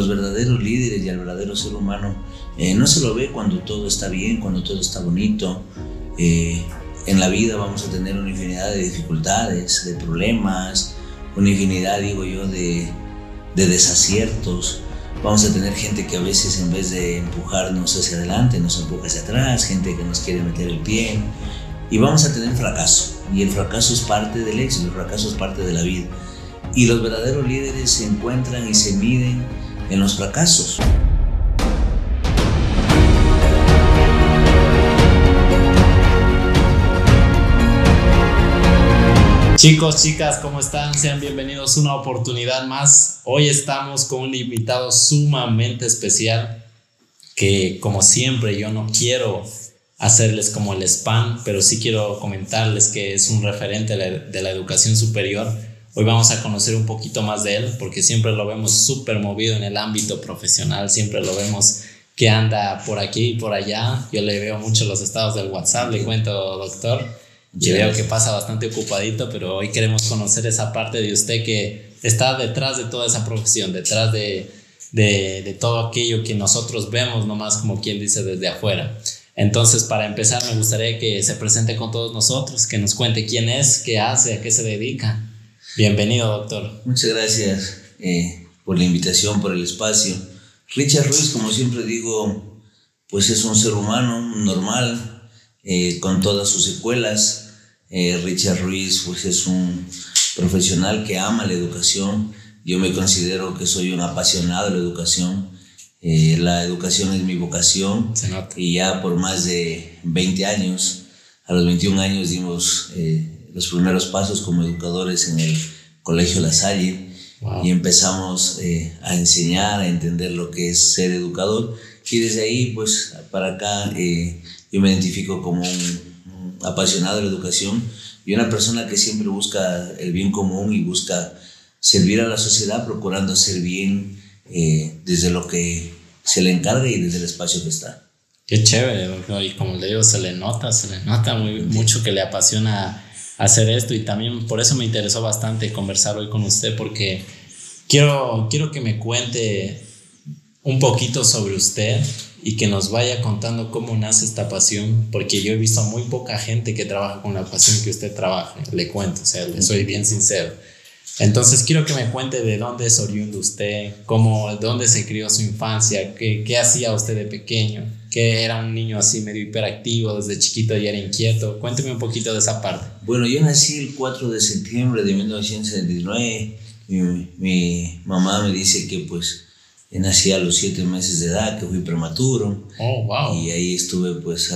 los verdaderos líderes y al verdadero ser humano no se lo ve cuando todo está bien, cuando todo está bonito. En la vida vamos a tener una infinidad de dificultades, de problemas, una infinidad, digo yo, de desaciertos. Vamos a tener gente que a veces, en vez de empujarnos hacia adelante, nos empuja hacia atrás, gente que nos quiere meter el pie, y vamos a tener fracaso. Y el fracaso es parte del éxito, el fracaso es parte de la vida. Y los verdaderos líderes se encuentran y se miden en los fracasos. Chicos, chicas, ¿cómo están? Sean bienvenidos a una oportunidad más. Hoy estamos con un invitado sumamente especial que, como siempre, yo no quiero hacerles como el spam, pero sí quiero comentarles que es un referente de la educación superior. Hoy vamos a conocer un poquito más de él, porque siempre lo vemos súper movido en el ámbito profesional, siempre lo vemos que anda por aquí y por allá. Yo le veo mucho los estados del WhatsApp, le cuento, doctor. Y veo que pasa bastante ocupadito, pero hoy queremos conocer esa parte de usted que está detrás de toda esa profesión, detrás de todo aquello que nosotros vemos nomás, como quien dice, desde afuera. Entonces, para empezar, me gustaría que se presente con todos nosotros, que nos cuente quién es, qué hace, a qué se dedica. Bienvenido, doctor. Muchas gracias por la invitación, por el espacio. Richard Ruiz, como siempre digo, pues es un ser humano normal, con todas sus secuelas. Richard Ruiz pues es un profesional que ama la educación. Yo me considero que soy un apasionado de la educación. La educación es mi vocación. Y ya por más de 20 años, a los 21 años dimos los primeros pasos como educadores en el Colegio La Salle. Wow. Y empezamos a enseñar, a entender lo que es ser educador. Y desde ahí pues para acá yo me identifico como un apasionado de la educación y una persona que siempre busca el bien común y busca servir a la sociedad, procurando hacer bien desde lo que se le encarga y desde el espacio que está. Qué chévere, doctor. Y como le digo, se le nota mucho que le apasiona hacer esto, y también por eso me interesó bastante conversar hoy con usted, porque quiero que me cuente un poquito sobre usted y que nos vaya contando cómo nace esta pasión, porque yo he visto a muy poca gente que trabaja con la pasión que usted trabaja, le cuento, o sea, le soy bien sincero. Entonces quiero que me cuente de dónde es oriundo usted, dónde se crió su infancia, qué hacía usted de pequeño, que era un niño así medio hiperactivo, desde chiquito ya era inquieto. Cuénteme un poquito de esa parte. Bueno, yo nací el 4 de septiembre de 1979. Mi mamá me dice que pues nací a los 7 meses de edad, que fui prematuro. Oh, wow. Y ahí estuve pues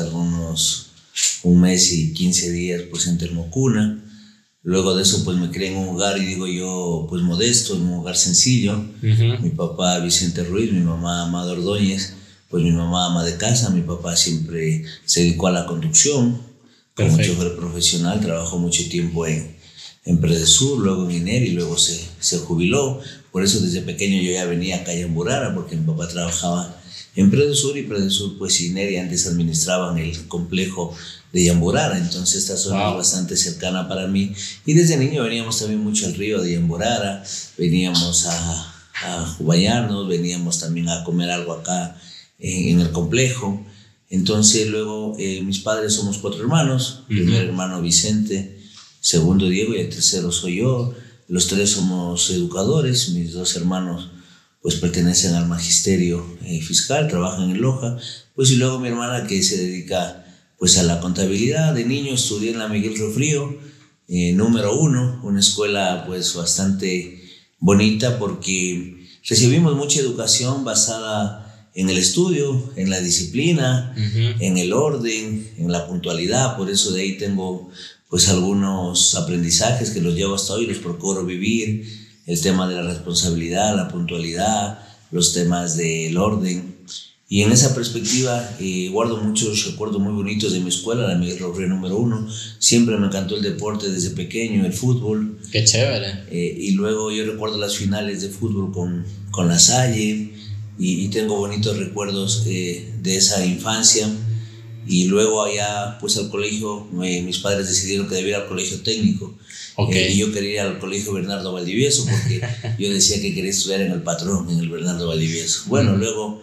un mes y 15 días pues en termocuna. Luego de eso pues me crié en un hogar, y digo yo, pues modesto, en un hogar sencillo. Uh-huh. Mi papá Vicente Ruiz, mi mamá Amada Ordóñez. Pues mi mamá ama de casa, mi papá siempre se dedicó a la conducción. Como chofer profesional, trabajó mucho tiempo en Predesur, luego en INER, y luego se jubiló. Por eso desde pequeño yo ya venía acá a Yamburara, porque mi papá trabajaba en Predesur, y Predesur pues INER antes administraban el complejo de Yamburara. Entonces esta zona es bastante cercana para mí, y desde niño veníamos también mucho al río de Yamburara, veníamos a bañarnos, veníamos también a comer algo acá en el complejo. Entonces luego mis padres somos 4 hermanos. Uh-huh. Primer hermano Vicente, segundo Diego, y el tercero soy yo. Los 3 somos educadores. Mis 2 hermanos pues pertenecen al magisterio fiscal, trabajan en Loja. Pues y luego mi hermana, que se dedica pues a la contabilidad. De niño estudié en la Miguel Riofrío, número 1, una escuela pues bastante bonita, porque recibimos mucha educación basada en el estudio, en la disciplina, uh-huh, en el orden, en la puntualidad. Por eso de ahí tengo pues algunos aprendizajes que los llevo hasta hoy, los procuro vivir. El tema de la responsabilidad, la puntualidad, los temas del orden. Y en esa perspectiva guardo muchos recuerdos muy bonitos de mi escuela, la Miguel Riofrío número 1. Siempre me encantó el deporte desde pequeño, el fútbol. Qué chévere. Y luego yo recuerdo las finales de fútbol con La Salle, y tengo bonitos recuerdos de esa infancia. Y luego allá pues al colegio, mis padres decidieron que debía ir al colegio técnico. Okay. Y yo quería ir al colegio Bernardo Valdivieso porque yo decía que quería estudiar en el Patrón, en el Bernardo Valdivieso. Bueno, luego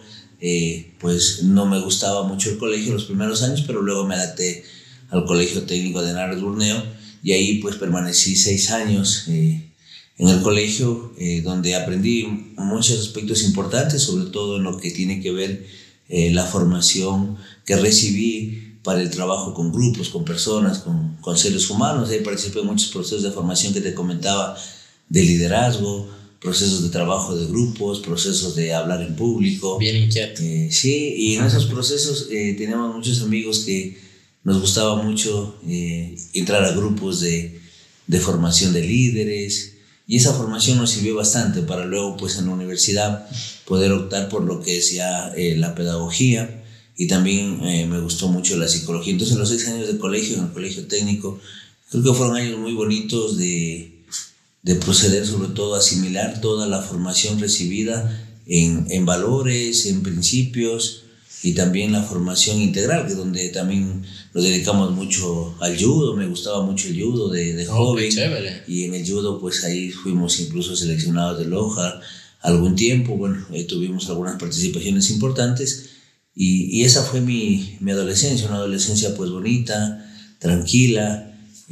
pues no me gustaba mucho el colegio los primeros años, pero luego me adapté al Colegio Técnico de Henares Burneo y ahí pues permanecí 6 años en el colegio, donde aprendí muchos aspectos importantes, sobre todo en lo que tiene que ver la formación que recibí para el trabajo con grupos, con personas, con seres humanos. Ahí participé en muchos procesos de formación que te comentaba, de liderazgo, procesos de trabajo de grupos, procesos de hablar en público. Bien inquieto. Sí, y en esos procesos teníamos muchos amigos que nos gustaba mucho entrar a grupos de formación de líderes, y esa formación nos sirvió bastante para luego pues en la universidad poder optar por lo que es ya la pedagogía, y también me gustó mucho la psicología. Entonces los 6 años de colegio, en el colegio técnico, creo que fueron años muy bonitos de proceder, sobre todo a asimilar toda la formación recibida en valores, en principios, y también la formación integral, que donde también nos dedicamos mucho al judo. Me gustaba mucho el judo de joven. Chévere. Y en el judo pues ahí fuimos incluso seleccionados de Loja algún tiempo. Bueno, tuvimos algunas participaciones importantes, y esa fue mi adolescencia, una adolescencia pues bonita, tranquila,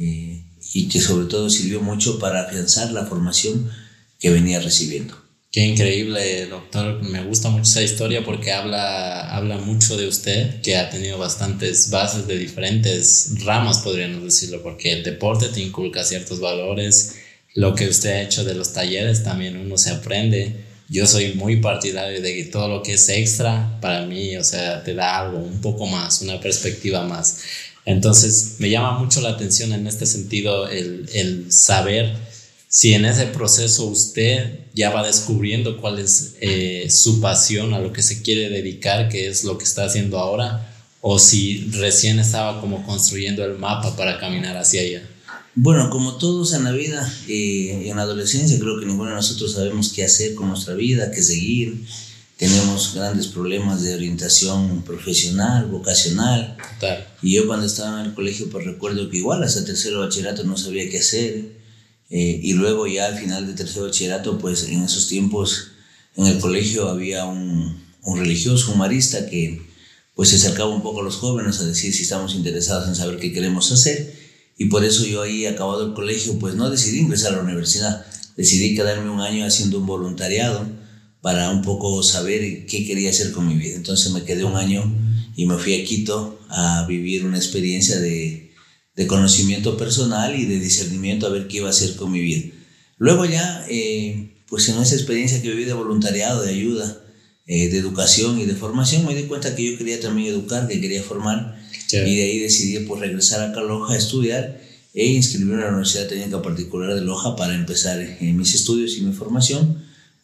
y que sobre todo sirvió mucho para afianzar la formación que venía recibiendo. Qué increíble, doctor. Me gusta mucho esa historia porque habla mucho de usted, que ha tenido bastantes bases de diferentes ramas, podríamos decirlo, porque el deporte te inculca ciertos valores. Lo que usted ha hecho de los talleres también uno se aprende. Yo soy muy partidario de que todo lo que es extra, para mí, o sea, te da algo, un poco más, una perspectiva más. Entonces, me llama mucho la atención en este sentido el saber si en ese proceso usted ya va descubriendo cuál es su pasión, a lo que se quiere dedicar, que es lo que está haciendo ahora, o si recién estaba como construyendo el mapa para caminar hacia allá. Bueno, como todos en la vida, en la adolescencia creo que ninguno de nosotros sabemos qué hacer con nuestra vida, qué seguir. Tenemos grandes problemas de orientación profesional, vocacional. Total. Y yo cuando estaba en el colegio pues recuerdo que igual hasta tercero de bachillerato no sabía qué hacer. Y luego ya al final de tercero de bachillerato, pues en esos tiempos en el colegio había un religioso, un marista, que pues se acercaba un poco a los jóvenes a decir si estamos interesados en saber qué queremos hacer. Y por eso yo ahí, acabado el colegio, pues no decidí ingresar a la universidad. Decidí quedarme un año haciendo un voluntariado para un poco saber qué quería hacer con mi vida. Entonces me quedé un año y me fui a Quito a vivir una experiencia de conocimiento personal y de discernimiento, a ver qué iba a hacer con mi vida. Luego ya, pues en esa experiencia que viví de voluntariado, de ayuda, de educación y de formación, me di cuenta que yo quería también educar, que quería formar. Sí. Y de ahí decidí pues regresar a Loja a estudiar e inscribirme en la Universidad Técnica Particular de Loja para empezar mis estudios y mi formación,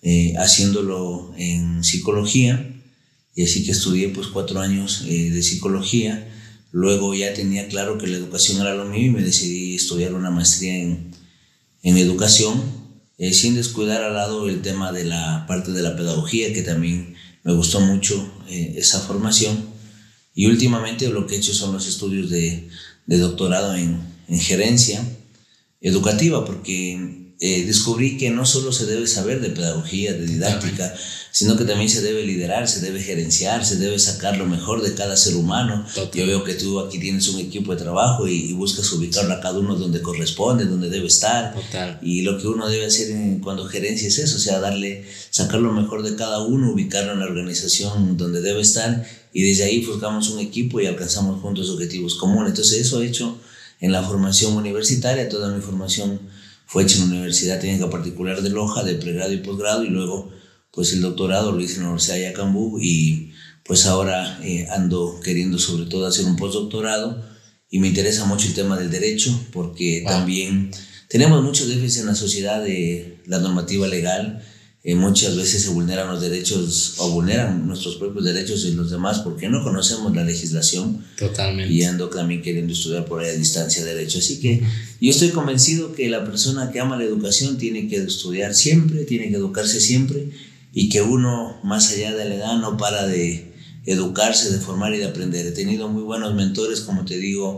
haciéndolo en psicología. Y así que estudié pues 4 años de psicología. Luego ya tenía claro que la educación era lo mío y me decidí estudiar una maestría en educación, sin descuidar al lado el tema de la parte de la pedagogía, que también me gustó mucho esa formación. Y últimamente lo que he hecho son los estudios de doctorado en gerencia educativa, porque descubrí que no solo se debe saber de pedagogía, de didáctica, sino que también se debe liderar, se debe gerenciar, se debe sacar lo mejor de cada ser humano. Total. Yo veo que tú aquí tienes un equipo de trabajo y buscas ubicarlo a cada uno donde corresponde, donde debe estar. Total. Y lo que uno debe hacer cuando gerencia es eso, o sea, sacar lo mejor de cada uno, ubicarlo en la organización donde debe estar, y desde ahí buscamos un equipo y alcanzamos juntos objetivos comunes. Entonces eso he hecho en la formación universitaria. Toda mi formación fue hecha en la Universidad Técnica Particular de Loja, de pregrado y posgrado, y luego pues el doctorado lo hice en la Universidad de Yacambú, y pues ahora ando queriendo sobre todo hacer un postdoctorado, y me interesa mucho el tema del derecho, porque también tenemos muchos déficits en la sociedad de la normativa legal. Muchas veces se vulneran los derechos o vulneran nuestros propios derechos y los demás porque no conocemos la legislación. Totalmente. Y ando también queriendo estudiar por ahí a distancia derecho. Así que yo estoy convencido que la persona que ama la educación tiene que estudiar siempre, tiene que educarse siempre, y que uno, más allá de la edad, no para de educarse, de formar y de aprender. He tenido muy buenos mentores, como te digo,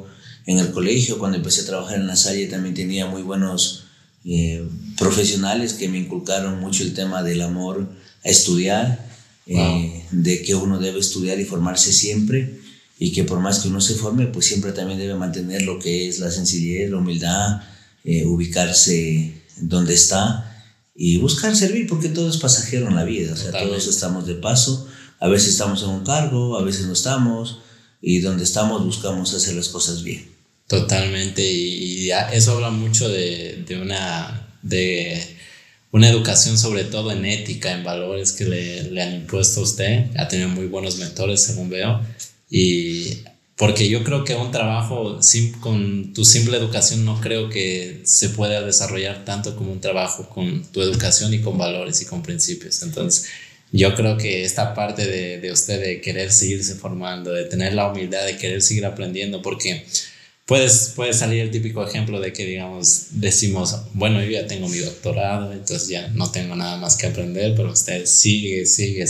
en el colegio. Cuando empecé a trabajar en La Salle también tenía muy buenos profesionales que me inculcaron mucho el tema del amor a estudiar, de que uno debe estudiar y formarse siempre, y que por más que uno se forme, pues siempre también debe mantener lo que es la sencillez, la humildad, ubicarse donde está y buscar servir, porque todo es pasajero en la vida. O sea, todos estamos de paso, a veces estamos en un cargo, a veces no estamos, y donde estamos buscamos hacer las cosas bien. Totalmente, y eso habla mucho de una educación, sobre todo en ética, en valores que le han impuesto a usted. Ha tenido muy buenos mentores, según veo, y porque yo creo que un trabajo con tu simple educación no creo que se pueda desarrollar tanto como un trabajo con tu educación y con valores y con principios. Entonces yo creo que esta parte de usted de querer seguirse formando, de tener la humildad de querer seguir aprendiendo, porque puede salir el típico ejemplo de que, digamos, decimos, bueno, yo ya tengo mi doctorado, entonces ya no tengo nada más que aprender, pero usted sigue.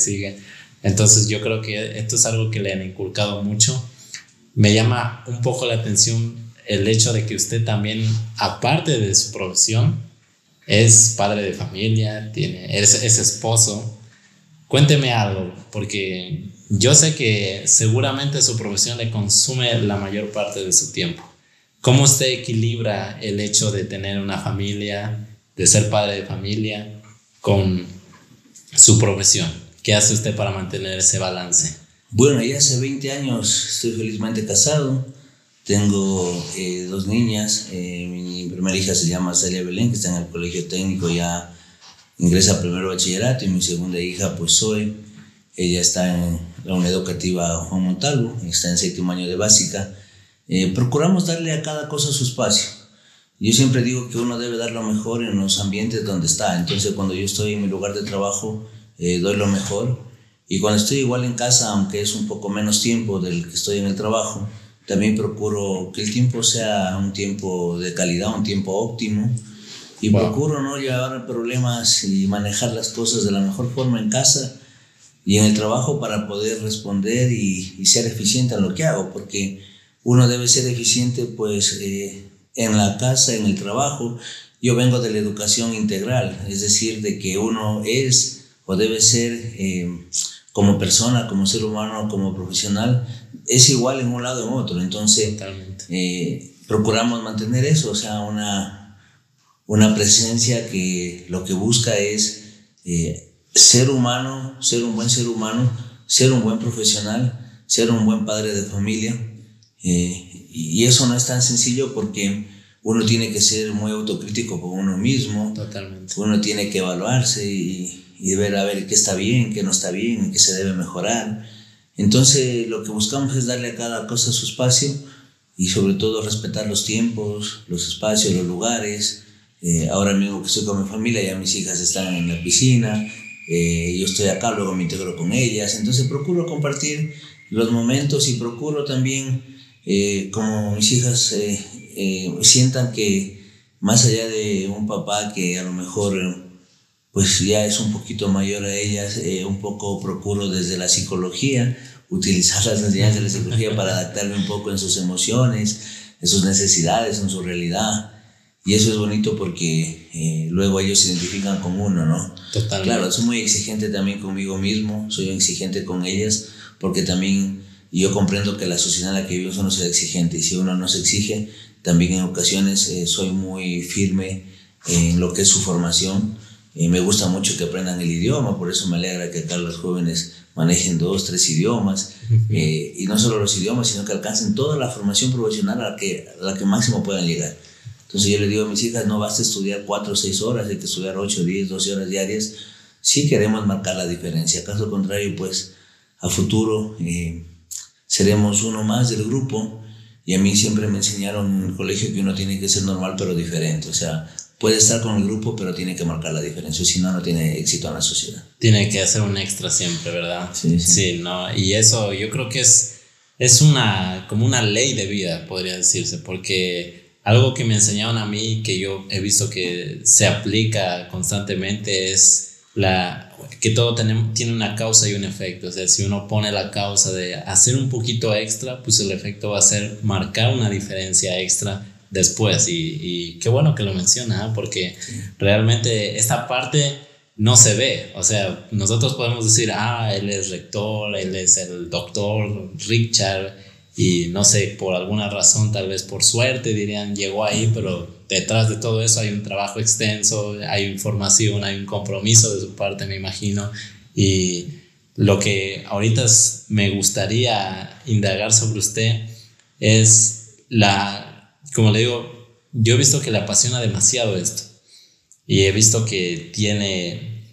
Entonces yo creo que esto es algo que le han inculcado mucho. Me llama un poco la atención el hecho de que usted también, aparte de su profesión, es padre de familia, es esposo. Cuénteme algo, porque yo sé que seguramente su profesión le consume la mayor parte de su tiempo. ¿Cómo usted equilibra el hecho de tener una familia, de ser padre de familia, con su profesión? ¿Qué hace usted para mantener ese balance? Bueno, ya hace 20 años estoy felizmente casado. Tengo 2 niñas. Mi primera hija se llama Celia Belén, que está en el colegio técnico, ya ingresa a primero bachillerato, y mi segunda hija, pues Zoe, ella está en la unidad educativa Juan Montalvo, está en 7º año de básica. Procuramos darle a cada cosa su espacio. Yo siempre digo que uno debe dar lo mejor en los ambientes donde está. Entonces, cuando yo estoy en mi lugar de trabajo, doy lo mejor. Y cuando estoy igual en casa, aunque es un poco menos tiempo del que estoy en el trabajo, también procuro que el tiempo sea un tiempo de calidad, un tiempo óptimo. Y procuro no llevar problemas y manejar las cosas de la mejor forma en casa y en el trabajo, para poder responder y ser eficiente en lo que hago, porque uno debe ser eficiente pues en la casa, en el trabajo. Yo vengo de la educación integral, es decir, de que uno es o debe ser como persona, como ser humano, como profesional, es igual en un lado o en otro. Entonces procuramos mantener eso, o sea, una presencia que lo que busca es ser humano, ser un buen ser humano, ser un buen profesional, ser un buen padre de familia. Y eso no es tan sencillo, porque uno tiene que ser muy autocrítico con uno mismo. Totalmente. Uno tiene que evaluarse y ver a ver qué está bien, qué no está bien, qué se debe mejorar. Entonces lo que buscamos es darle a cada cosa su espacio, y sobre todo respetar los tiempos, los espacios, los lugares. Ahora mismo que estoy con mi familia, ya mis hijas están en la piscina, yo estoy acá, luego me integro con ellas. Entonces procuro compartir los momentos, y procuro también como mis hijas sientan que más allá de un papá que a lo mejor pues ya es un poquito mayor a ellas, un poco procuro desde la psicología utilizar las enseñanzas de la psicología para adaptarme un poco en sus emociones, en sus necesidades, en su realidad. Y eso es bonito, porque luego ellos se identifican con uno, ¿no? Totalmente. Claro, soy muy exigente también conmigo mismo, soy exigente con ellas, porque también yo comprendo que la sociedad en la que vivimos uno será exigente, y si uno no se exige, también en ocasiones soy muy firme en lo que es su formación. Me gusta mucho que aprendan el idioma, por eso me alegra que acá los jóvenes manejen 2, 3 idiomas, y no solo los idiomas, sino que alcancen toda la formación profesional a la que máximo puedan llegar. Entonces yo le digo a mis hijas, no basta estudiar 4 o 6 horas, hay que estudiar 8, 10, 12 horas diarias si queremos marcar la diferencia. Caso contrario, pues a futuro seremos uno más del grupo. Y a mí siempre me enseñaron en el colegio que uno tiene que ser normal pero diferente. O sea, puede estar con el grupo, pero tiene que marcar la diferencia, si no, no tiene éxito en la sociedad. Tiene que hacer un extra siempre, ¿verdad? Sí, ¿no? Y eso yo creo que es como una ley de vida, podría decirse, porque algo que me enseñaron a mí, que yo he visto que se aplica constantemente, es que todo tiene una causa y un efecto. O sea, si uno pone la causa de hacer un poquito extra, pues el efecto va a ser marcar una diferencia extra después. Y qué bueno que lo menciona, porque realmente esta parte no se ve. O sea, nosotros podemos decir, él es rector, él es el doctor Richard, y no sé, por alguna razón, tal vez por suerte, dirían, llegó ahí, pero detrás de todo eso hay un trabajo extenso, hay información, hay un compromiso de su parte, me imagino. Y lo que ahorita me gustaría indagar sobre usted es como le digo, yo he visto que le apasiona demasiado esto, y he visto que tiene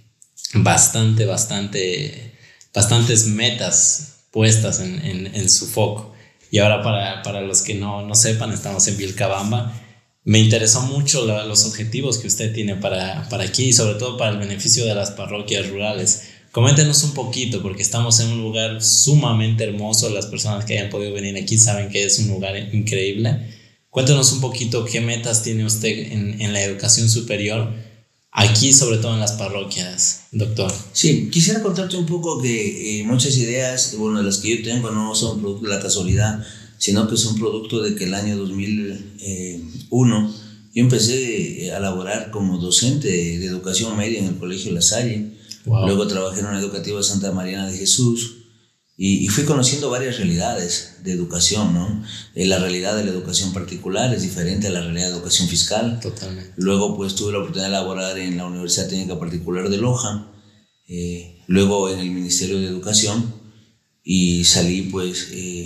bastantes metas puestas en su foco. Y ahora para los que no sepan, estamos en Vilcabamba. Me interesó mucho los objetivos que usted tiene para aquí, y sobre todo para el beneficio de las parroquias rurales. Coméntenos un poquito, porque estamos en un lugar sumamente hermoso. Las personas que hayan podido venir aquí saben que es un lugar increíble. Cuéntenos un poquito qué metas tiene usted en la educación superior, aquí, sobre todo en las parroquias, doctor. Sí, quisiera contarte un poco que muchas ideas, bueno, de las que yo tengo no son producto de la casualidad, sino que son producto de que el año 2001 yo empecé a laborar como docente de educación media en el Colegio La Salle. Wow. Luego trabajé en una educativa Santa Mariana de Jesús y fui conociendo varias realidades de educación, ¿no? La realidad de la educación particular es diferente a la realidad de educación fiscal. Totalmente. Luego pues tuve la oportunidad de laborar en la Universidad Técnica Particular de Loja, luego en el Ministerio de Educación, y salí pues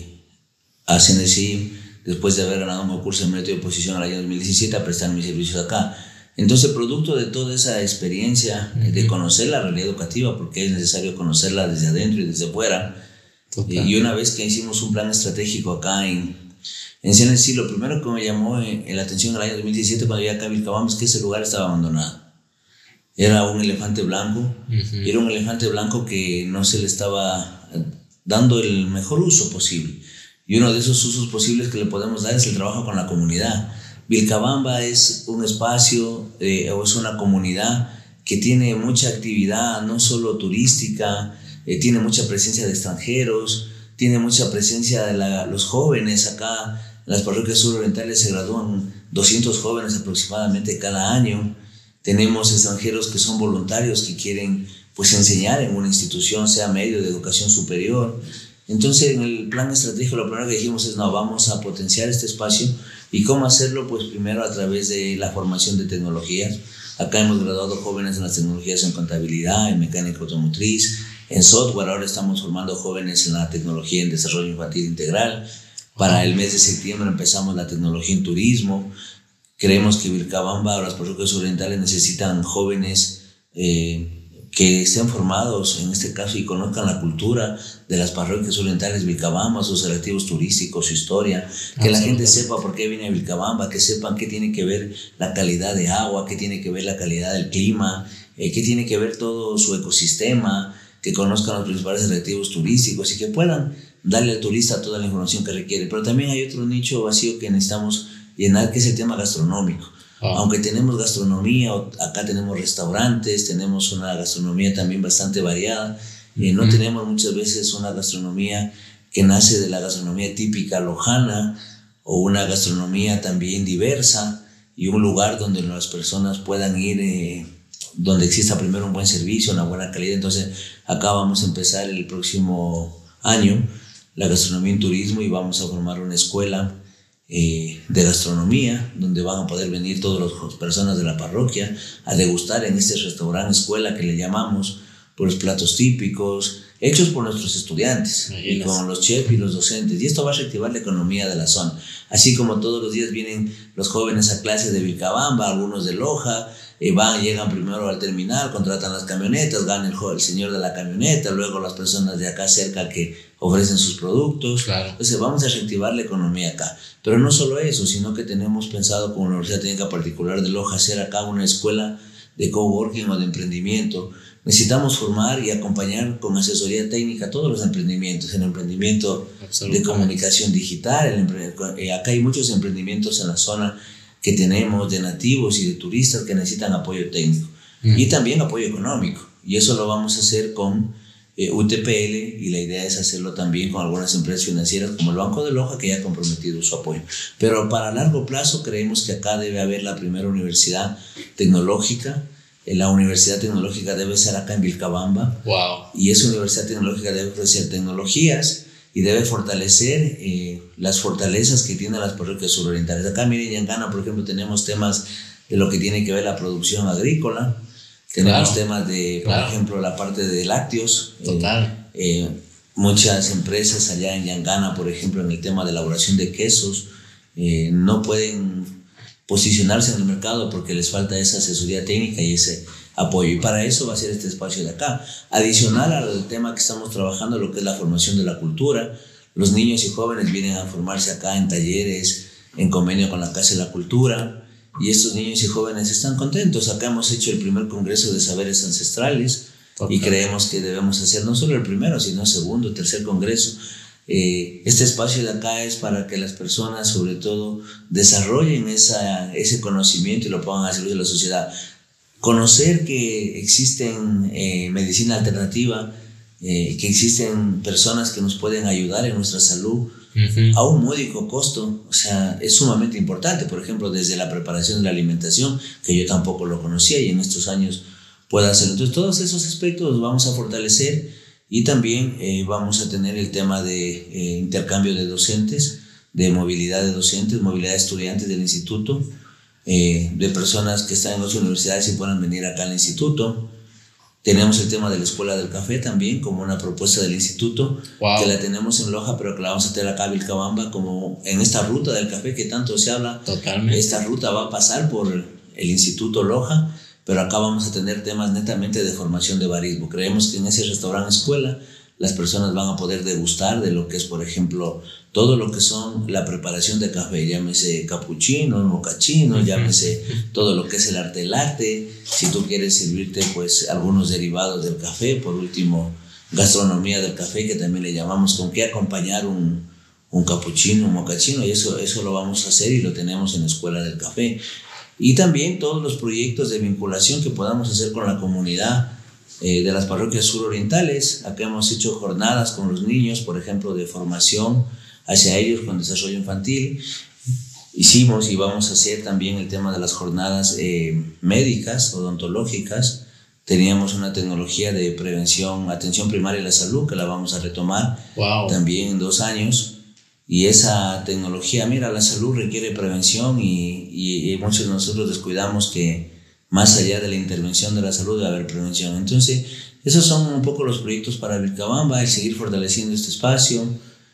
a CNCI después de haber ganado un concurso de mérito de oposición al año 2017 a prestar mis servicios acá. Entonces, producto de toda esa experiencia de conocer la realidad educativa, porque es necesario conocerla desde adentro y desde fuera, y una vez que hicimos un plan estratégico acá en CNCI, lo primero que me llamó la atención en el año 2017 cuando llegué acá a Vilcabamba es que ese lugar estaba abandonado. Era un elefante blanco, y era un elefante blanco que no se le estaba dando el mejor uso posible. Y uno de esos usos posibles que le podemos dar es el trabajo con la comunidad. Vilcabamba es un espacio o es una comunidad que tiene mucha actividad, no solo turística, tiene mucha presencia de extranjeros, tiene mucha presencia de los jóvenes. Acá en las parroquias surorientales se gradúan 200 jóvenes aproximadamente cada año. Tenemos extranjeros que son voluntarios, que quieren pues enseñar en una institución, sea medio de educación superior. Entonces, en el plan estratégico, lo primero que dijimos es, no, vamos a potenciar este espacio. ¿Y cómo hacerlo? Pues primero a través de la formación de tecnologías. Acá hemos graduado jóvenes en las tecnologías en contabilidad, en mecánica automotriz, en software. Ahora estamos formando jóvenes en la tecnología en desarrollo infantil integral. Para el mes de septiembre empezamos la tecnología en turismo. Creemos que Vilcabamba o las parroquias orientales necesitan jóvenes que estén formados, en este caso, y conozcan la cultura de las parroquias orientales Vilcabamba, sus atractivos turísticos, su historia, que la gente sepa por qué viene a Vilcabamba, que sepan qué tiene que ver la calidad de agua, qué tiene que ver la calidad del clima, qué tiene que ver todo su ecosistema, que conozcan los principales atractivos turísticos y que puedan darle al turista toda la información que requiere. Pero también hay otro nicho vacío que necesitamos llenar, que es el tema gastronómico. Aunque tenemos gastronomía, acá tenemos restaurantes, tenemos una gastronomía también bastante variada, no tenemos muchas veces una gastronomía que nace de la gastronomía típica lojana o una gastronomía también diversa y un lugar donde las personas puedan ir, donde exista primero un buen servicio, una buena calidad. Entonces acá vamos a empezar el próximo año la gastronomía en turismo y vamos a formar una escuela de gastronomía donde van a poder venir todas las personas de la parroquia a degustar en este restaurante escuela que le llamamos, por los platos típicos hechos por nuestros estudiantes y con los chefs y los docentes, y esto va a reactivar la economía de la zona. Así como todos los días vienen los jóvenes a clases de Vilcabamba, algunos de Loja, llegan primero al terminal, contratan las camionetas, gana el señor de la camioneta, luego las personas de acá cerca que ofrecen sus productos. Claro. Entonces vamos a reactivar la economía acá. Pero no solo eso, sino que tenemos pensado como Universidad Técnica Particular de Loja hacer acá una escuela de coworking o de emprendimiento. Necesitamos formar y acompañar con asesoría técnica todos los emprendimientos, el emprendimiento de comunicación digital, acá hay muchos emprendimientos en la zona que tenemos de nativos y de turistas que necesitan apoyo técnico y también apoyo económico. Y eso lo vamos a hacer con UTPL, y la idea es hacerlo también con algunas empresas financieras como el Banco de Loja, que ya ha comprometido su apoyo. Pero para largo plazo creemos que acá debe haber la primera universidad tecnológica. La universidad tecnológica debe ser acá en Vilcabamba. Wow. Y esa universidad tecnológica debe ofrecer tecnologías y debe fortalecer las fortalezas que tienen las parroquias surorientales. Acá, miren, en Yangana, por ejemplo, tenemos temas de lo que tiene que ver la producción agrícola. Tenemos temas de, por ejemplo, la parte de lácteos. Total. Muchas empresas allá en Yangana, por ejemplo, en el tema de elaboración de quesos, no pueden posicionarse en el mercado porque les falta esa asesoría técnica y ese apoyo. Y para eso va a ser este espacio de acá. Adicional al tema que estamos trabajando, lo que es la formación de la cultura. Los niños y jóvenes vienen a formarse acá en talleres, en convenio con la Casa de la Cultura. Y estos niños y jóvenes están contentos. Acá hemos hecho el primer congreso de saberes ancestrales. Total. Y creemos que debemos hacer no solo el primero, sino el segundo, tercer congreso. Este espacio de acá es para que las personas, sobre todo, desarrollen ese conocimiento y lo pongan al servicio de la sociedad. Conocer que existen medicina alternativa, que existen personas que nos pueden ayudar en nuestra salud, a un módico costo, o sea, es sumamente importante. Por ejemplo, desde la preparación de la alimentación, que yo tampoco lo conocía y en estos años puedo hacerlo. Entonces, todos esos aspectos los vamos a fortalecer, y también vamos a tener el tema de intercambio de docentes, de movilidad de docentes, movilidad de estudiantes del instituto, de personas que están en otras universidades y puedan venir acá al instituto. Tenemos el tema de la Escuela del Café también, como una propuesta del instituto. Wow. Que la tenemos en Loja, pero que la vamos a tener acá en Vilcabamba, como en esta ruta del café que tanto se habla. Totalmente. Esta ruta va a pasar por el Instituto Loja, pero acá vamos a tener temas netamente de formación de barismo. Creemos que en ese restaurante escuela las personas van a poder degustar de lo que es, por ejemplo, todo lo que son la preparación de café, llámese capuchino, mocachino, llámese todo lo que es el arte del arte. Si tú quieres servirte pues algunos derivados del café, por último, gastronomía del café, que también le llamamos, con qué acompañar un capuchino, un mocachino, y eso lo vamos a hacer y lo tenemos en la Escuela del Café. Y también todos los proyectos de vinculación que podamos hacer con la comunidad de las parroquias surorientales. Acá hemos hecho jornadas con los niños, por ejemplo, de formación hacia ellos con desarrollo infantil. Hicimos y vamos a hacer también el tema de las jornadas médicas, odontológicas. Teníamos una tecnología de prevención, atención primaria de la salud, que la vamos a retomar. Wow. También en 2 años. Y esa tecnología, mira, la salud requiere prevención y muchos de nosotros descuidamos que más allá de la intervención de la salud debe haber prevención. Entonces, esos son un poco los proyectos para Vilcabamba, el seguir fortaleciendo este espacio.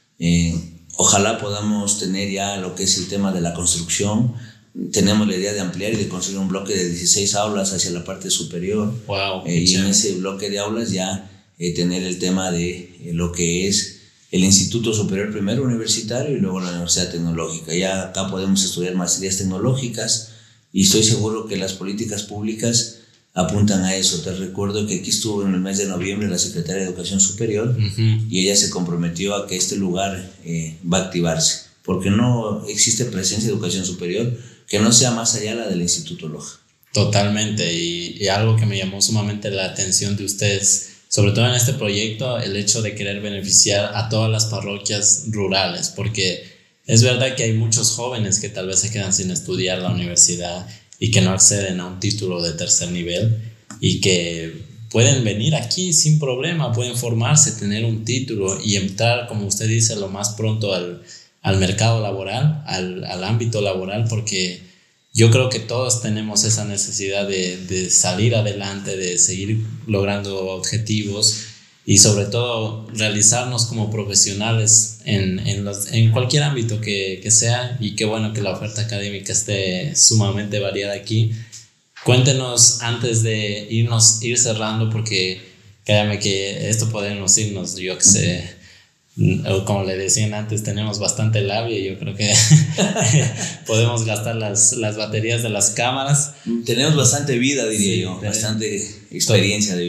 Ojalá podamos tener ya lo que es el tema de la construcción. Tenemos la idea de ampliar y de construir un bloque de 16 aulas hacia la parte superior. Wow, y en ese bloque de aulas ya tener el tema de lo que es el Instituto Superior primero universitario y luego la Universidad Tecnológica. Ya acá podemos estudiar maestrías tecnológicas y estoy seguro que las políticas públicas apuntan a eso. Te recuerdo que aquí estuvo en el mes de noviembre la Secretaria de Educación Superior y ella se comprometió a que este lugar va a activarse, porque no existe presencia de educación superior que no sea más allá la del Instituto Loja. Totalmente, y algo que me llamó sumamente la atención de ustedes, sobre todo en este proyecto, el hecho de querer beneficiar a todas las parroquias rurales, porque es verdad que hay muchos jóvenes que tal vez se quedan sin estudiar la universidad y que no acceden a un título de tercer nivel y que pueden venir aquí sin problema, pueden formarse, tener un título y entrar, como usted dice, lo más pronto al mercado laboral, al ámbito laboral, porque yo creo que todos tenemos esa necesidad de salir adelante, de seguir logrando objetivos y sobre todo realizarnos como profesionales en cualquier ámbito que sea. Y qué bueno que la oferta académica esté sumamente variada aquí. Cuéntenos antes de ir cerrando, porque créame que esto podemos irnos, yo que sé, como le decían antes, tenemos bastante labia y yo creo que podemos gastar las baterías de las cámaras. Tenemos bastante vida, diría yo, bastante experiencia de vida.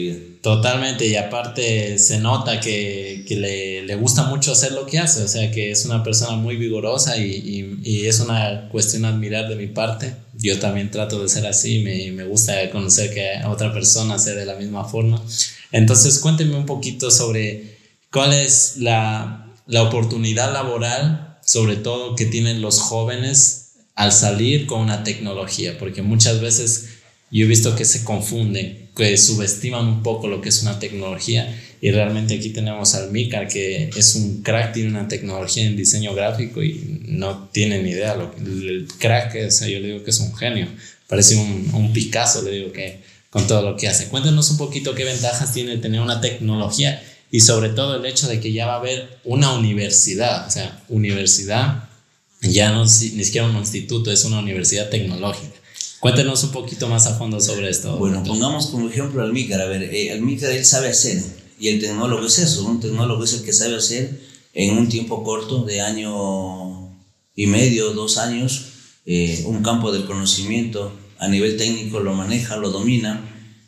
Totalmente, y aparte se nota que le gusta mucho hacer lo que hace, o sea que es una persona muy vigorosa y es una cuestión a admirar de mi parte. Yo también trato de ser así, me gusta conocer que otra persona sea de la misma forma. Entonces cuénteme un poquito sobre cuál es la oportunidad laboral, sobre todo que tienen los jóvenes al salir con una tecnología, porque muchas veces yo he visto que se confunden, que subestiman un poco lo que es una tecnología, y realmente aquí tenemos al Mika, que es un crack, tiene una tecnología en diseño gráfico y no tiene ni idea el crack es. Yo le digo que es un genio, parece un Picasso, le digo, que con todo lo que hace. Cuéntanos un poquito qué ventajas tiene tener una tecnología y sobre todo el hecho de que ya va a haber una universidad, o sea, universidad, ya no ni siquiera un instituto, es una universidad tecnológica. Cuéntenos un poquito más a fondo sobre esto. Bueno, pongamos como ejemplo al Almícar. A ver, Almícar, él sabe hacer, y el tecnólogo es eso. Un tecnólogo es el que sabe hacer en un tiempo corto, de año y medio, 2 años, un campo del conocimiento a nivel técnico, lo maneja, lo domina,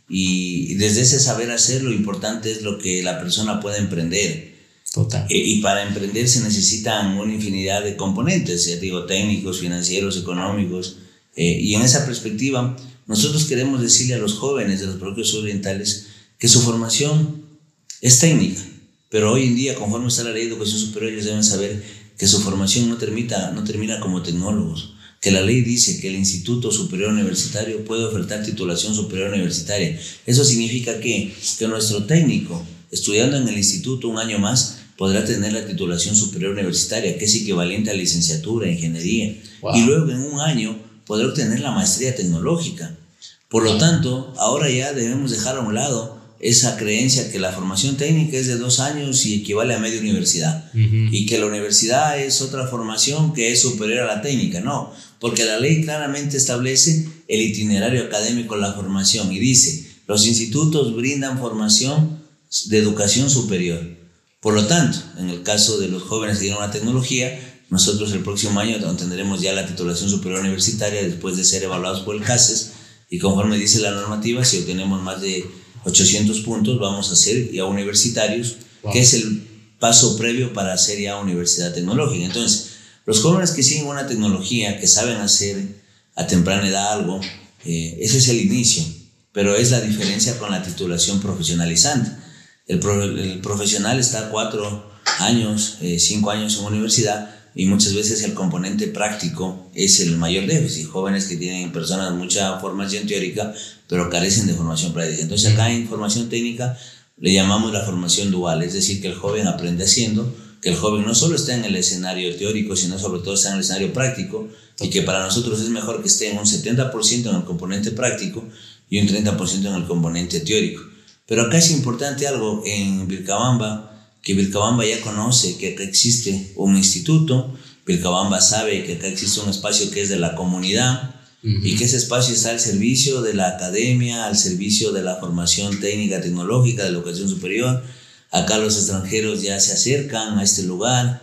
y desde ese saber hacer, lo importante es lo que la persona puede emprender. Total. Y para emprender se necesitan una infinidad de componentes, ya digo, técnicos, financieros, económicos. Y en esa perspectiva, nosotros queremos decirle a los jóvenes de los propios orientales que su formación es técnica, pero hoy en día, conforme está la ley de educación superior, ellos deben saber que su formación no termina como tecnólogos, que la ley dice que el Instituto Superior Universitario puede ofertar titulación superior universitaria. Eso significa que nuestro técnico, estudiando en el instituto un año más, podrá tener la titulación superior universitaria, que es equivalente a licenciatura, ingeniería, y luego en un año poder obtener la maestría tecnológica. Por lo tanto, ahora ya debemos dejar a un lado esa creencia que la formación técnica es de 2 años y equivale a media universidad, y que la universidad es otra formación que es superior a la técnica. No, porque la ley claramente establece el itinerario académico de la formación y dice: los institutos brindan formación de educación superior. Por lo tanto, en el caso de los jóvenes que tienen una tecnología, nosotros el próximo año tendremos ya la titulación superior universitaria después de ser evaluados por el CASES, y conforme dice la normativa, si obtenemos más de 800 puntos vamos a ser ya universitarios, que es el paso previo para hacer ya universidad tecnológica. Entonces, los jóvenes que siguen una tecnología, que saben hacer a temprana edad algo, ese es el inicio, pero es la diferencia con la titulación profesionalizante. El profesional está 4 años, 5 años en universidad, y muchas veces el componente práctico es el mayor déficit. Jóvenes que tienen personas mucha formación teórica, pero carecen de formación práctica. Entonces acá en formación técnica le llamamos la formación dual, es decir, que el joven aprende haciendo, que el joven no solo está en el escenario teórico, sino sobre todo está en el escenario práctico, y que para nosotros es mejor que esté en un 70% en el componente práctico y un 30% en el componente teórico. Pero acá es importante algo en Vilcabamba, que Vilcabamba ya conoce que acá existe un instituto, Vilcabamba sabe que acá existe un espacio que es de la comunidad, y que ese espacio está al servicio de la academia, al servicio de la formación técnica, tecnológica, de la educación superior. Acá los extranjeros ya se acercan a este lugar.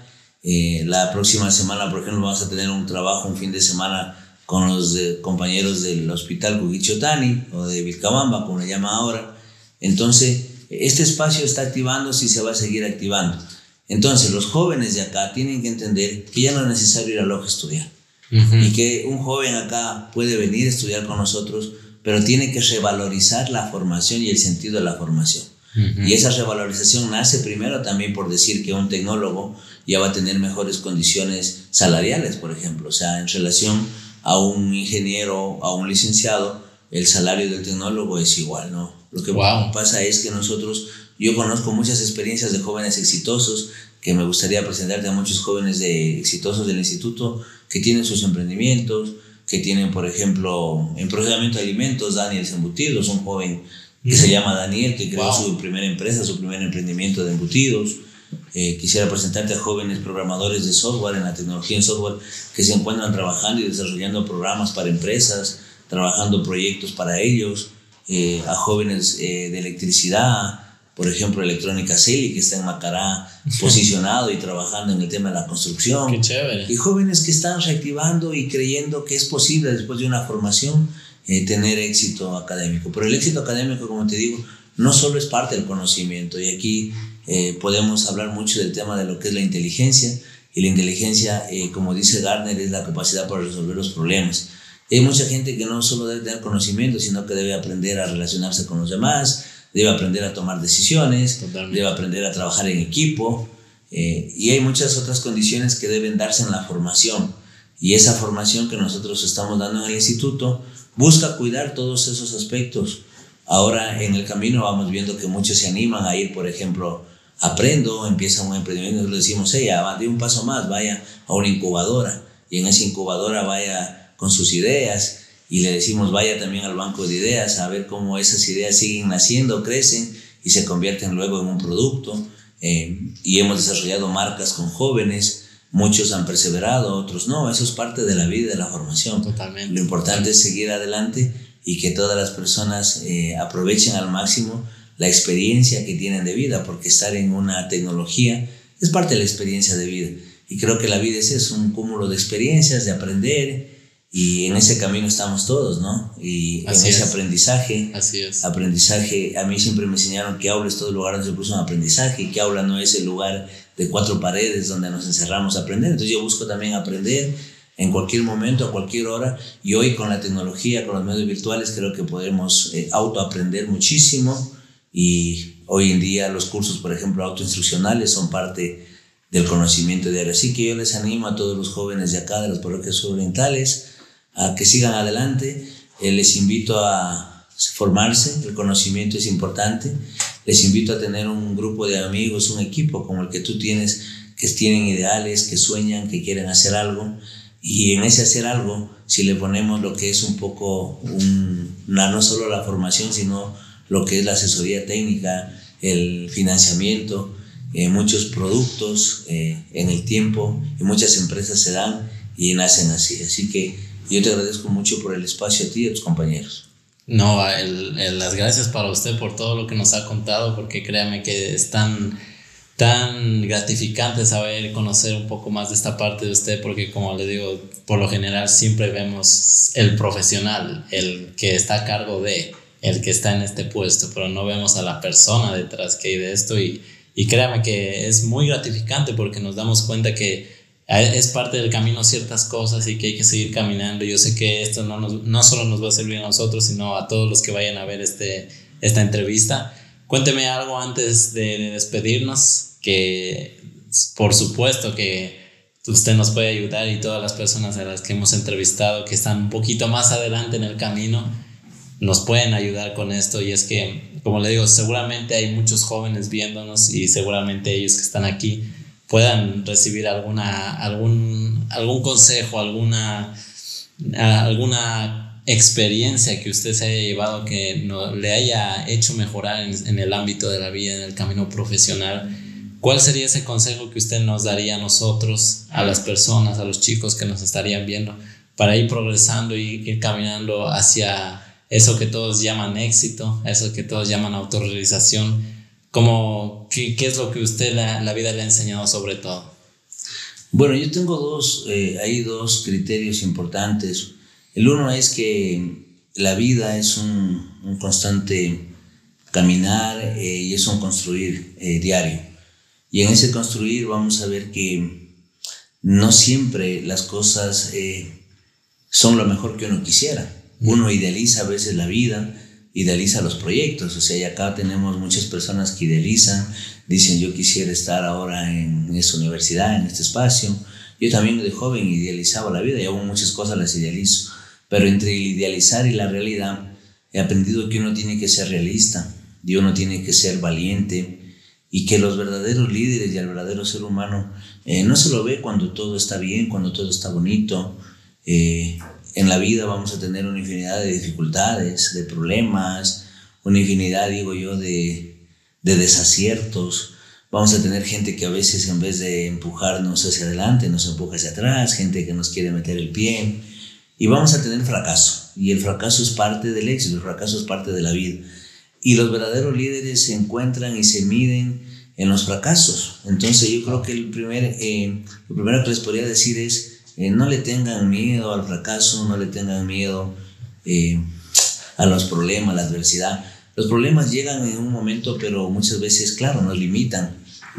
La próxima semana, por ejemplo, vamos a tener un trabajo, un fin de semana, con los compañeros del Hospital Cuquichotani, o de Vilcabamba, como le llama ahora. Entonces, este espacio está activándose y se va a seguir activando. Entonces, los jóvenes de acá tienen que entender que ya no es necesario ir a Loja a estudiar. Y que un joven acá puede venir a estudiar con nosotros, pero tiene que revalorizar la formación y el sentido de la formación. Y esa revalorización nace primero también por decir que un tecnólogo ya va a tener mejores condiciones salariales, por ejemplo. O sea, en relación a un ingeniero, a un licenciado, el salario del tecnólogo es igual, ¿no? Lo que pasa es que yo conozco muchas experiencias de jóvenes exitosos, que me gustaría presentarte a muchos jóvenes exitosos del instituto, que tienen sus emprendimientos, que tienen, por ejemplo, en procesamiento de alimentos, Daniel Embutidos, un joven que se llama Daniel, que creó su primera empresa, su primer emprendimiento de embutidos. Quisiera presentarte a jóvenes programadores de software, en la tecnología en software, que se encuentran trabajando y desarrollando programas para empresas, trabajando proyectos para ellos, a jóvenes de electricidad, por ejemplo, Electrónica Celi, que está en Macará, posicionado y trabajando en el tema de la construcción. Qué chévere. Y jóvenes que están reactivando y creyendo que es posible, después de una formación, tener éxito académico. Pero el éxito académico, como te digo, no solo es parte del conocimiento, y aquí podemos hablar mucho del tema de lo que es la inteligencia, y la inteligencia, como dice Gardner, es la capacidad para resolver los problemas. Hay mucha gente que no solo debe tener conocimiento, sino que debe aprender a relacionarse con los demás, debe aprender a tomar decisiones, debe aprender a trabajar en equipo, y hay muchas otras condiciones que deben darse en la formación, y esa formación que nosotros estamos dando en el instituto busca cuidar todos esos aspectos. Ahora en el camino vamos viendo que muchos se animan a ir, por ejemplo, aprendo, empieza un emprendimiento, le decimos, ya, dé un paso más, vaya a una incubadora, y en esa incubadora vaya con sus ideas, y le decimos, vaya también al banco de ideas a ver cómo esas ideas siguen naciendo, crecen y se convierten luego en un producto. Y hemos desarrollado marcas con jóvenes, muchos han perseverado, otros no. Eso es parte de la vida y de la formación. Totalmente. Lo importante es seguir adelante y que todas las personas aprovechen al máximo la experiencia que tienen de vida, porque estar en una tecnología es parte de la experiencia de vida, y creo que la vida es un cúmulo de experiencias, de aprender, y en ese camino estamos todos, ¿no? Y Así en ese es. aprendizaje, a mí siempre me enseñaron que aula es todo lugar donde se puso un aprendizaje, y que aula no es el lugar de 4 paredes donde nos encerramos a aprender. Entonces yo busco también aprender en cualquier momento, a cualquier hora, y hoy con la tecnología, con los medios virtuales, creo que podemos autoaprender muchísimo, y hoy en día los cursos, por ejemplo, autoinstruccionales son parte del conocimiento diario. Así que yo les animo a todos los jóvenes de acá, de las parroquias orientales, a que sigan adelante. Les invito a formarse, el conocimiento es importante. Les invito a tener un grupo de amigos, un equipo como el que tú tienes, que tienen ideales, que sueñan, que quieren hacer algo. Y en ese hacer algo, si le ponemos lo que es un poco, no solo la formación, sino lo que es la asesoría técnica, el financiamiento, muchos productos en el tiempo, y muchas empresas se dan y nacen así. Así que yo te agradezco mucho por el espacio a ti y a tus compañeros. No, las gracias para usted por todo lo que nos ha contado, porque créame que es tan gratificante saber, conocer un poco más de esta parte de usted, porque como le digo, por lo general siempre vemos el profesional, el que está a cargo de, el que está en este puesto, pero no vemos a la persona detrás que hay de esto, y créame que es muy gratificante porque nos damos cuenta que es parte del camino ciertas cosas y que hay que seguir caminando. Yo sé que esto no solo nos va a servir a nosotros, sino a todos los que vayan a ver esta entrevista. Cuénteme algo antes de despedirnos, que por supuesto que usted nos puede ayudar, y todas las personas a las que hemos entrevistado que están un poquito más adelante en el camino nos pueden ayudar con esto. Y es que, como le digo, seguramente hay muchos jóvenes viéndonos, y seguramente ellos que están aquí puedan recibir algún consejo, alguna experiencia que usted se haya llevado, que le haya hecho mejorar en el ámbito de la vida, en el camino profesional. ¿Cuál sería ese consejo que usted nos daría a nosotros, a las personas, a los chicos que nos estarían viendo, para ir progresando y ir caminando hacia eso que todos llaman éxito, eso que todos llaman autorrealización? ¿Qué es lo que usted la vida le ha enseñado sobre todo? Bueno, yo tengo dos criterios importantes. El uno es que la vida es un constante caminar, y es un construir diario. Y en ese construir vamos a ver que no siempre las cosas son lo mejor que uno quisiera. Uno idealiza a veces la vida, idealiza los proyectos. O sea, y acá tenemos muchas personas que idealizan, dicen, yo quisiera estar ahora en esta universidad, en este espacio. Yo también de joven idealizaba la vida, y aún muchas cosas las idealizo, pero entre el idealizar y la realidad he aprendido que uno tiene que ser realista, y uno tiene que ser valiente, y que los verdaderos líderes y el verdadero ser humano no se lo ve cuando todo está bien, cuando todo está bonito. En la vida vamos a tener una infinidad de dificultades, de problemas, una infinidad, digo yo, de desaciertos. Vamos a tener gente que a veces, en vez de empujarnos hacia adelante, nos empuja hacia atrás, gente que nos quiere meter el pie, y vamos a tener fracaso, y el fracaso es parte del éxito, el fracaso es parte de la vida, y los verdaderos líderes se encuentran y se miden en los fracasos. Entonces yo creo que lo primero que les podría decir es, no le tengan miedo al fracaso, no le tengan miedo a los problemas, a la adversidad. Los problemas llegan en un momento, pero muchas veces, claro, nos limitan,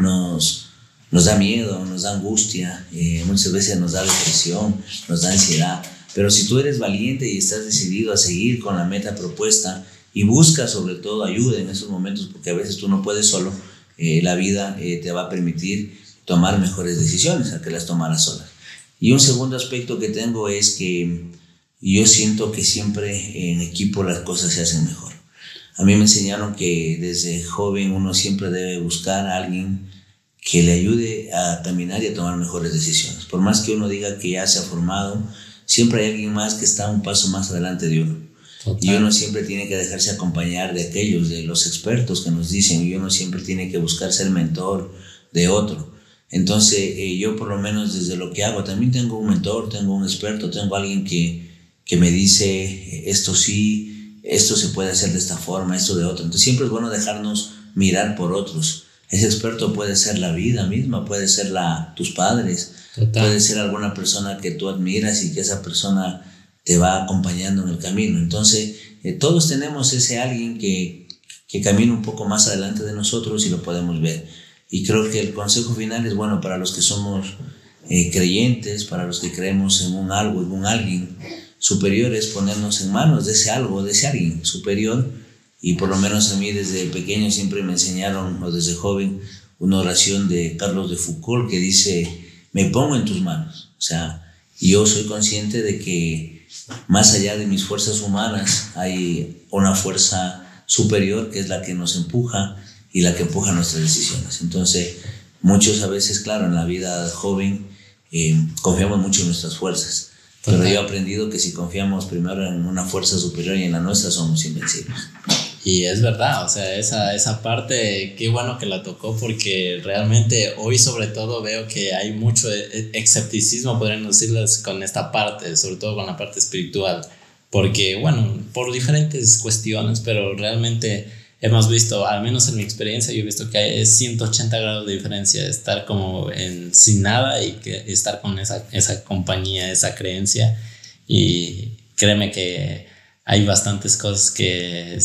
nos da miedo, nos da angustia, muchas veces nos da depresión, nos da ansiedad. Pero si tú eres valiente y estás decidido a seguir con la meta propuesta y buscas sobre todo ayuda en esos momentos, porque a veces tú no puedes solo, la vida te va a permitir tomar mejores decisiones a que las tomaras solas. Y un segundo aspecto que tengo es que yo siento que siempre en equipo las cosas se hacen mejor. A mí me enseñaron que desde joven uno siempre debe buscar a alguien que le ayude a caminar y a tomar mejores decisiones. Por más que uno diga que ya se ha formado, siempre hay alguien más que está un paso más adelante de uno. Total. Y uno siempre tiene que dejarse acompañar de aquellos, de los expertos que nos dicen, y uno siempre tiene que buscar ser mentor de otro. Entonces yo por lo menos desde lo que hago también tengo un mentor, tengo un experto, tengo alguien que me dice esto sí, esto se puede hacer de esta forma, esto de otra. Entonces siempre es bueno dejarnos mirar por otros. Ese experto puede ser la vida misma, puede ser tus padres, total, puede ser alguna persona que tú admiras y que esa persona te va acompañando en el camino. Entonces todos tenemos ese alguien que camina un poco más adelante de nosotros y lo podemos ver. Y creo que el consejo final es bueno para los que somos creyentes, para los que creemos en un algo, en un alguien superior, es ponernos en manos de ese algo, de ese alguien superior. Y por lo menos a mí desde pequeño siempre me enseñaron, o desde joven, una oración de Carlos de Foucault que dice: me pongo en tus manos. O sea, yo soy consciente de que más allá de mis fuerzas humanas hay una fuerza superior que es la que nos empuja y la que empuja nuestras decisiones. Entonces, muchos a veces, claro, en la vida joven confiamos mucho en nuestras fuerzas. Pero yo he aprendido que si confiamos primero en una fuerza superior y en la nuestra, somos invencibles. Y es verdad, o sea, esa parte, qué bueno que la tocó, porque realmente hoy sobre todo veo que hay mucho escepticismo, podríamos decirles, con esta parte, sobre todo con la parte espiritual, porque bueno, por diferentes cuestiones, pero realmente hemos visto, al menos en mi experiencia, yo he visto que es 180 grados de diferencia estar como sin nada y que estar con esa compañía, esa creencia. Y créeme que hay bastantes cosas que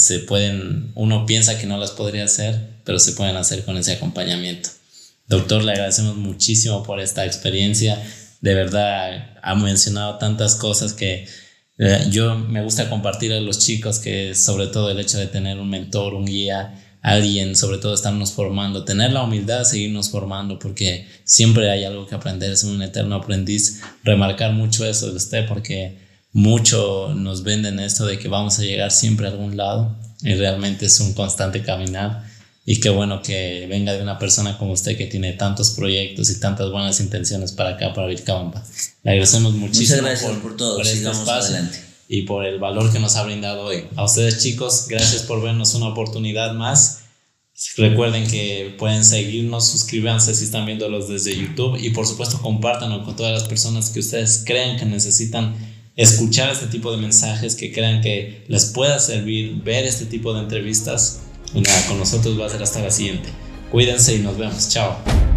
uno piensa que no las podría hacer, pero se pueden hacer con ese acompañamiento. Doctor, le agradecemos muchísimo por esta experiencia. De verdad, ha mencionado tantas cosas que yo me gusta compartir a los chicos, que sobre todo el hecho de tener un mentor, un guía, alguien, sobre todo estarnos formando, tener la humildad de seguirnos formando, porque siempre hay algo que aprender, es un eterno aprendiz. Remarcar mucho eso de usted, porque mucho nos venden esto de que vamos a llegar siempre a algún lado, y realmente es un constante caminar. Y qué bueno que venga de una persona como usted, que tiene tantos proyectos y tantas buenas intenciones para acá, para Vilcabamba. Le agradecemos muchísimo. Muchas gracias por todo. Por este espacio adelante y por el valor que nos ha brindado hoy. A ustedes, chicos, gracias por vernos una oportunidad más. Recuerden que pueden seguirnos, suscríbanse si están viéndolos desde YouTube, y por supuesto compártanlo con todas las personas que ustedes crean que necesitan escuchar este tipo de mensajes, que crean que les pueda servir ver este tipo de entrevistas. Y nada, con nosotros va a ser hasta la siguiente. Cuídense y nos vemos. Chao.